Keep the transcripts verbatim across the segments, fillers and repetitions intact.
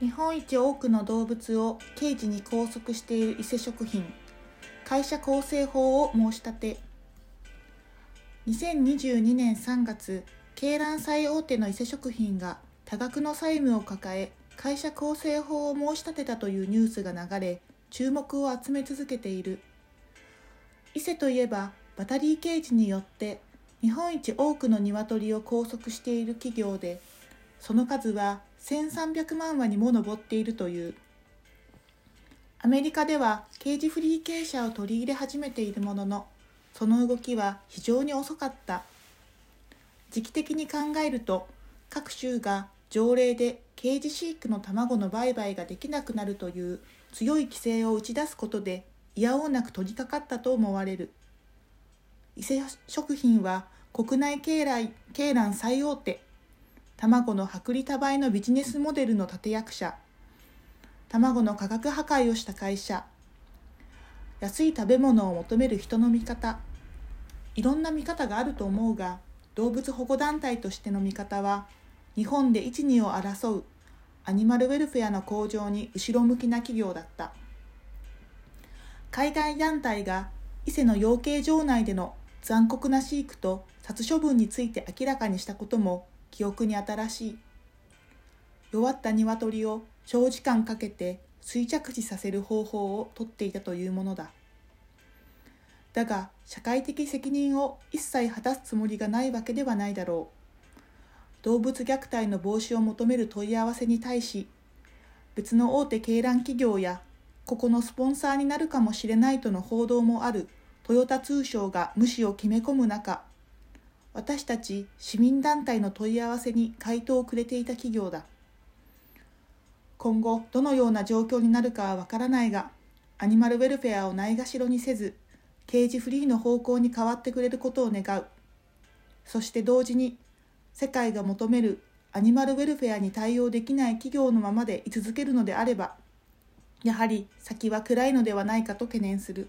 日本一多くの動物をケージに拘束している伊勢食品、会社構成法を申し立て。にせんにじゅうにねんさんがつ、鶏卵最大手の伊勢食品が多額の債務を抱え、会社構成法を申し立てたというニュースが流れ、注目を集め続けている。伊勢といえば、バタリーケージによって日本一多くの鶏を拘束している企業で、その数はせんさんびゃくまんわにも上っているという。アメリカではケージフリー鶏舎を取り入れ始めているものの、その動きは非常に遅かった。時期的に考えると、各州が条例でケージ飼育の卵の売買ができなくなるという強い規制を打ち出すことで、いやおうなく取り掛かったと思われる。伊勢食品は国内鶏卵、鶏卵最大手、卵の薄利多売のビジネスモデルの立役者、卵の価格破壊をした会社、安い食べ物を求める人の見方、いろんな見方があると思うが、動物保護団体としての見方は、日本でいち、にを争うアニマルウェルフェアの向上に後ろ向きな企業だった。海外団体が伊勢の養鶏場内での残酷な飼育と殺処分について明らかにしたことも記憶に新しい。弱った鶏を長時間かけて衰着死させる方法をとっていたというものだ。だが、社会的責任を一切果たすつもりがないわけではないだろう。動物虐待の防止を求める問い合わせに対し、別の大手鶏卵企業やここのスポンサーになるかもしれないとの報道もあるトヨタ通商が無視を決め込む中、私たち市民団体の問い合わせに回答をくれていた企業だ。今後どのような状況になるかはわからないが、アニマルウェルフェアをないがしろにせず、ケージフリーの方向に変わってくれることを願う。そして同時に、世界が求めるアニマルウェルフェアに対応できない企業のままで居続けるのであれば、やはり先は暗いのではないかと懸念する。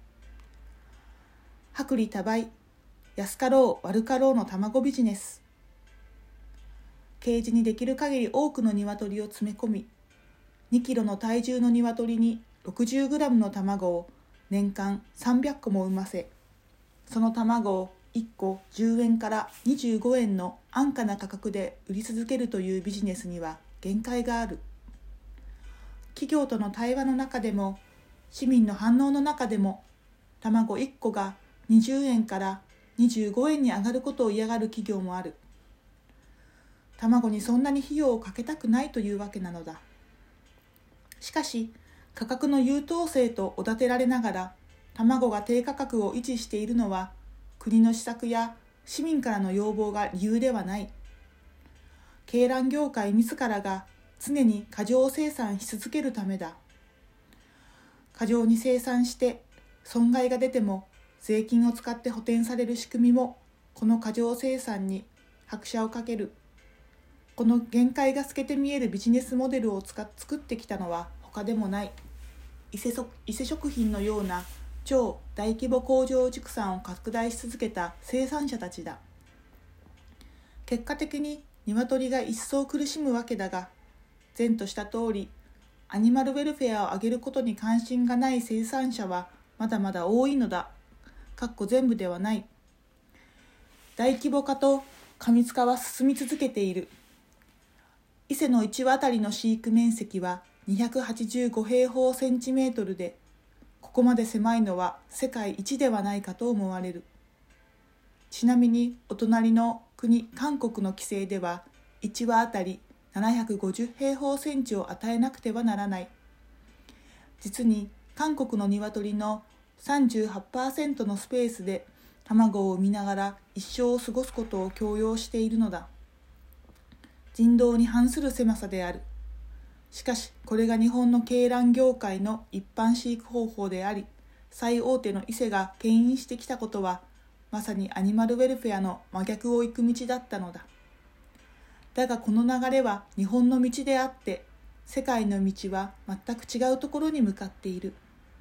薄利多売、安かろう悪かろうの卵ビジネス。ケージにできる限り多くの鶏を詰め込み、にキロの体重の鶏にろくじゅうグラムの卵を年間さんびゃっこも産ませ、その卵をいっこじゅうえんからにじゅうごえんの安価な価格で売り続けるというビジネスには限界がある。企業との対話の中でも、市民の反応の中でも、卵いっこがにじゅうえんからにじゅうごえんに上がることを嫌がる企業もある。卵にそんなに費用をかけたくないというわけなのだ。しかし、価格の優等生とおだてられながら、卵が低価格を維持しているのは、国の施策や市民からの要望が理由ではない。鶏卵業界自らが常に過剰生産し続けるためだ。過剰に生産して損害が出ても税金を使って補填される仕組みも、この過剰生産に拍車をかける。この限界が透けて見えるビジネスモデルを使っ作ってきたのは他でもない。伊勢そ伊勢食品のような超大規模工場畜産を拡大し続けた生産者たちだ。結果的に鶏が一層苦しむわけだが、前とした通り、アニマルウェルフェアを上げることに関心がない生産者はまだまだ多いのだ。かっこ全部ではない。大規模化と過密化は進み続けている。伊勢のいちわあたりの飼育面積はにひゃくはちじゅうごへいほうセンチメートルで、ここまで狭いのは世界一ではないかと思われる。ちなみにお隣の国韓国の規制ではいちわあたりななひゃくごじゅうへいほうセンチを与えなくてはならない。実に韓国の鶏の さんじゅうはちパーセント のスペースで卵を産みながら一生を過ごすことを強要しているのだ。人道に反する狭さである。しかしこれが日本の鶏卵業界の一般飼育方法であり、最大手の伊勢が牽引してきたことは、まさにアニマルウェルフェアの真逆を行く道だったのだ。だがこの流れは日本の道であって、世界の道は全く違うところに向かっている。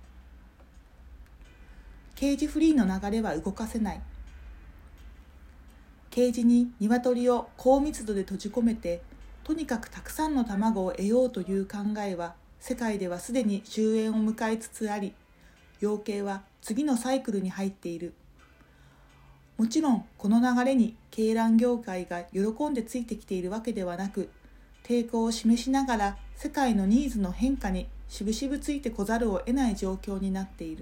ケージフリーの流れは動かせない。ケージに鶏を高密度で閉じ込めてとにかくたくさんの卵を得ようという考えは世界ではすでに終焉を迎えつつあり、養鶏は次のサイクルに入っている。もちろんこの流れに鶏卵業界が喜んでついてきているわけではなく、抵抗を示しながら世界のニーズの変化にしぶしぶついてこざるを得ない状況になっている。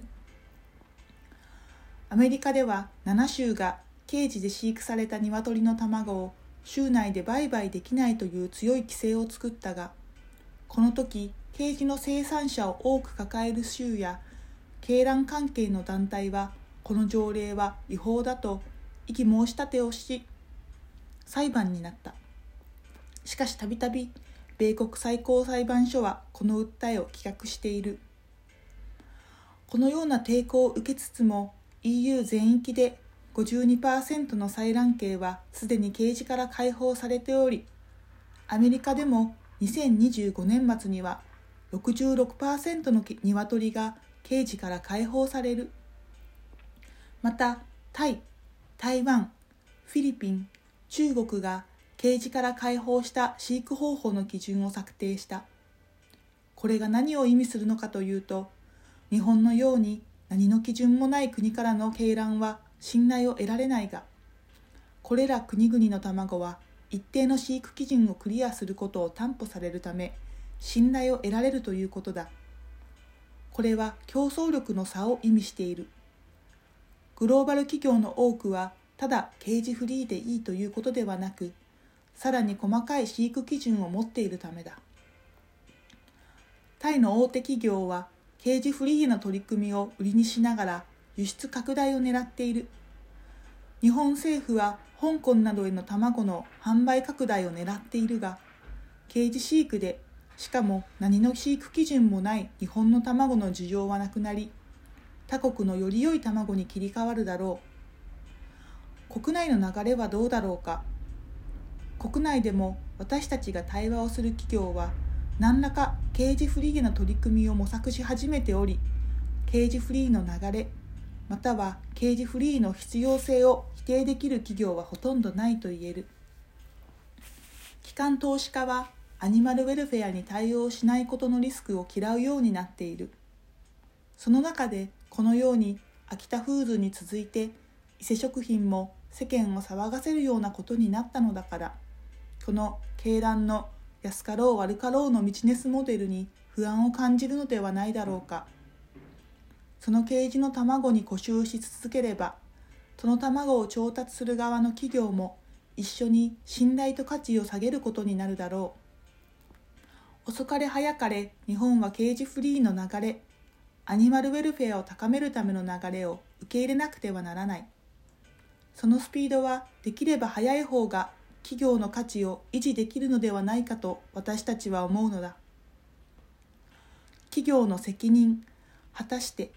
アメリカではなな州がケージで飼育された鶏の卵を州内で売買できないという強い規制を作ったが、この時ケージの生産者を多く抱える州や鶏卵関係の団体はこの条例は違法だと異議申し立てをし、裁判になった。しかしたびたび米国最高裁判所はこの訴えを棄却している。このような抵抗を受けつつも イーユー 全域で ごじゅうにパーセント の採卵鶏はすでにケージから解放されており、アメリカでもにせんにじゅうごねん末には ろくじゅうろくパーセント の鶏がケージから解放される。またタイ、台湾、フィリピン、中国がケージから解放した飼育方法の基準を策定した。これが何を意味するのかというと、日本のように何の基準もない国からの鶏卵は信頼を得られないが、これら国々の卵は一定の飼育基準をクリアすることを担保されるため、信頼を得られるということだ。これは競争力の差を意味している。グローバル企業の多くはただケージフリーでいいということではなく、さらに細かい飼育基準を持っているためだ。タイの大手企業はケージフリーの取り組みを売りにしながら輸出拡大を狙っている。日本政府は香港などへの卵の販売拡大を狙っているが、ケージ飼育でしかも何の飼育基準もない日本の卵の需要はなくなり、他国のより良い卵に切り替わるだろう。国内の流れはどうだろうか。国内でも私たちが対話をする企業は何らかケージフリーの取り組みを模索し始めており、ケージフリーの流れまたはケージフリーの必要性を否定できる企業はほとんどないと言える。機関投資家はアニマルウェルフェアに対応しないことのリスクを嫌うようになっている。その中でこのようにアキタフーズに続いて伊勢食品も世間を騒がせるようなことになったのだから、この鶏卵の安かろう悪かろうのビジネスモデルに不安を感じるのではないだろうか。そのケージの卵に固執し続ければ、その卵を調達する側の企業も一緒に信頼と価値を下げることになるだろう。遅かれ早かれ日本はケージフリーの流れ、アニマルウェルフェアを高めるための流れを受け入れなくてはならない。そのスピードはできれば早い方が企業の価値を維持できるのではないかと私たちは思うのだ。企業の責任、果たして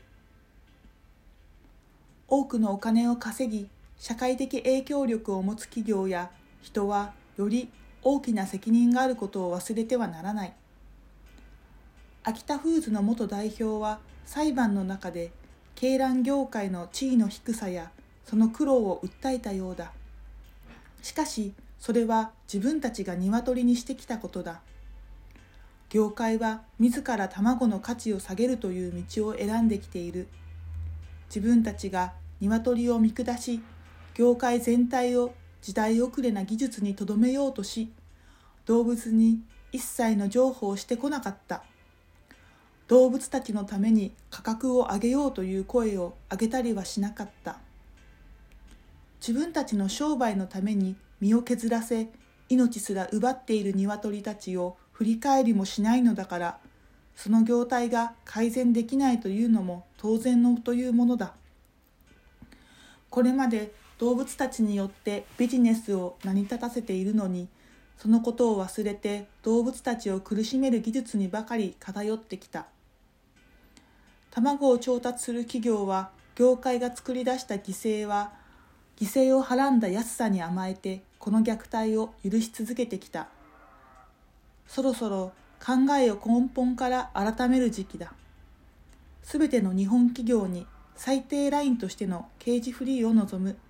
多くのお金を稼ぎ、社会的影響力を持つ企業や人はより大きな責任があることを忘れてはならない。アキタフーズの元代表は裁判の中で鶏卵業界の地位の低さやその苦労を訴えたようだ。しかしそれは自分たちが鶏にしてきたことだ。業界は自ら卵の価値を下げるという道を選んできている。自分たちが鶏を見下し、業界全体を時代遅れな技術にとどめようとし、動物に一切の譲歩をしてこなかった。動物たちのために価格を上げようという声を上げたりはしなかった。自分たちの商売のために身を削らせ、命すら奪っている鶏たちを振り返りもしないのだから、その業態が改善できないというのも当然のというものだ。これまで動物たちによってビジネスを成り立たせているのに、そのことを忘れて動物たちを苦しめる技術にばかり偏ってきた。卵を調達する企業は、業界が作り出した犠牲は、犠牲をはらんだ安さに甘えて、この虐待を許し続けてきた。そろそろ考えを根本から改める時期だ。すべての日本企業に最低ラインとしてのケージフリーを望む。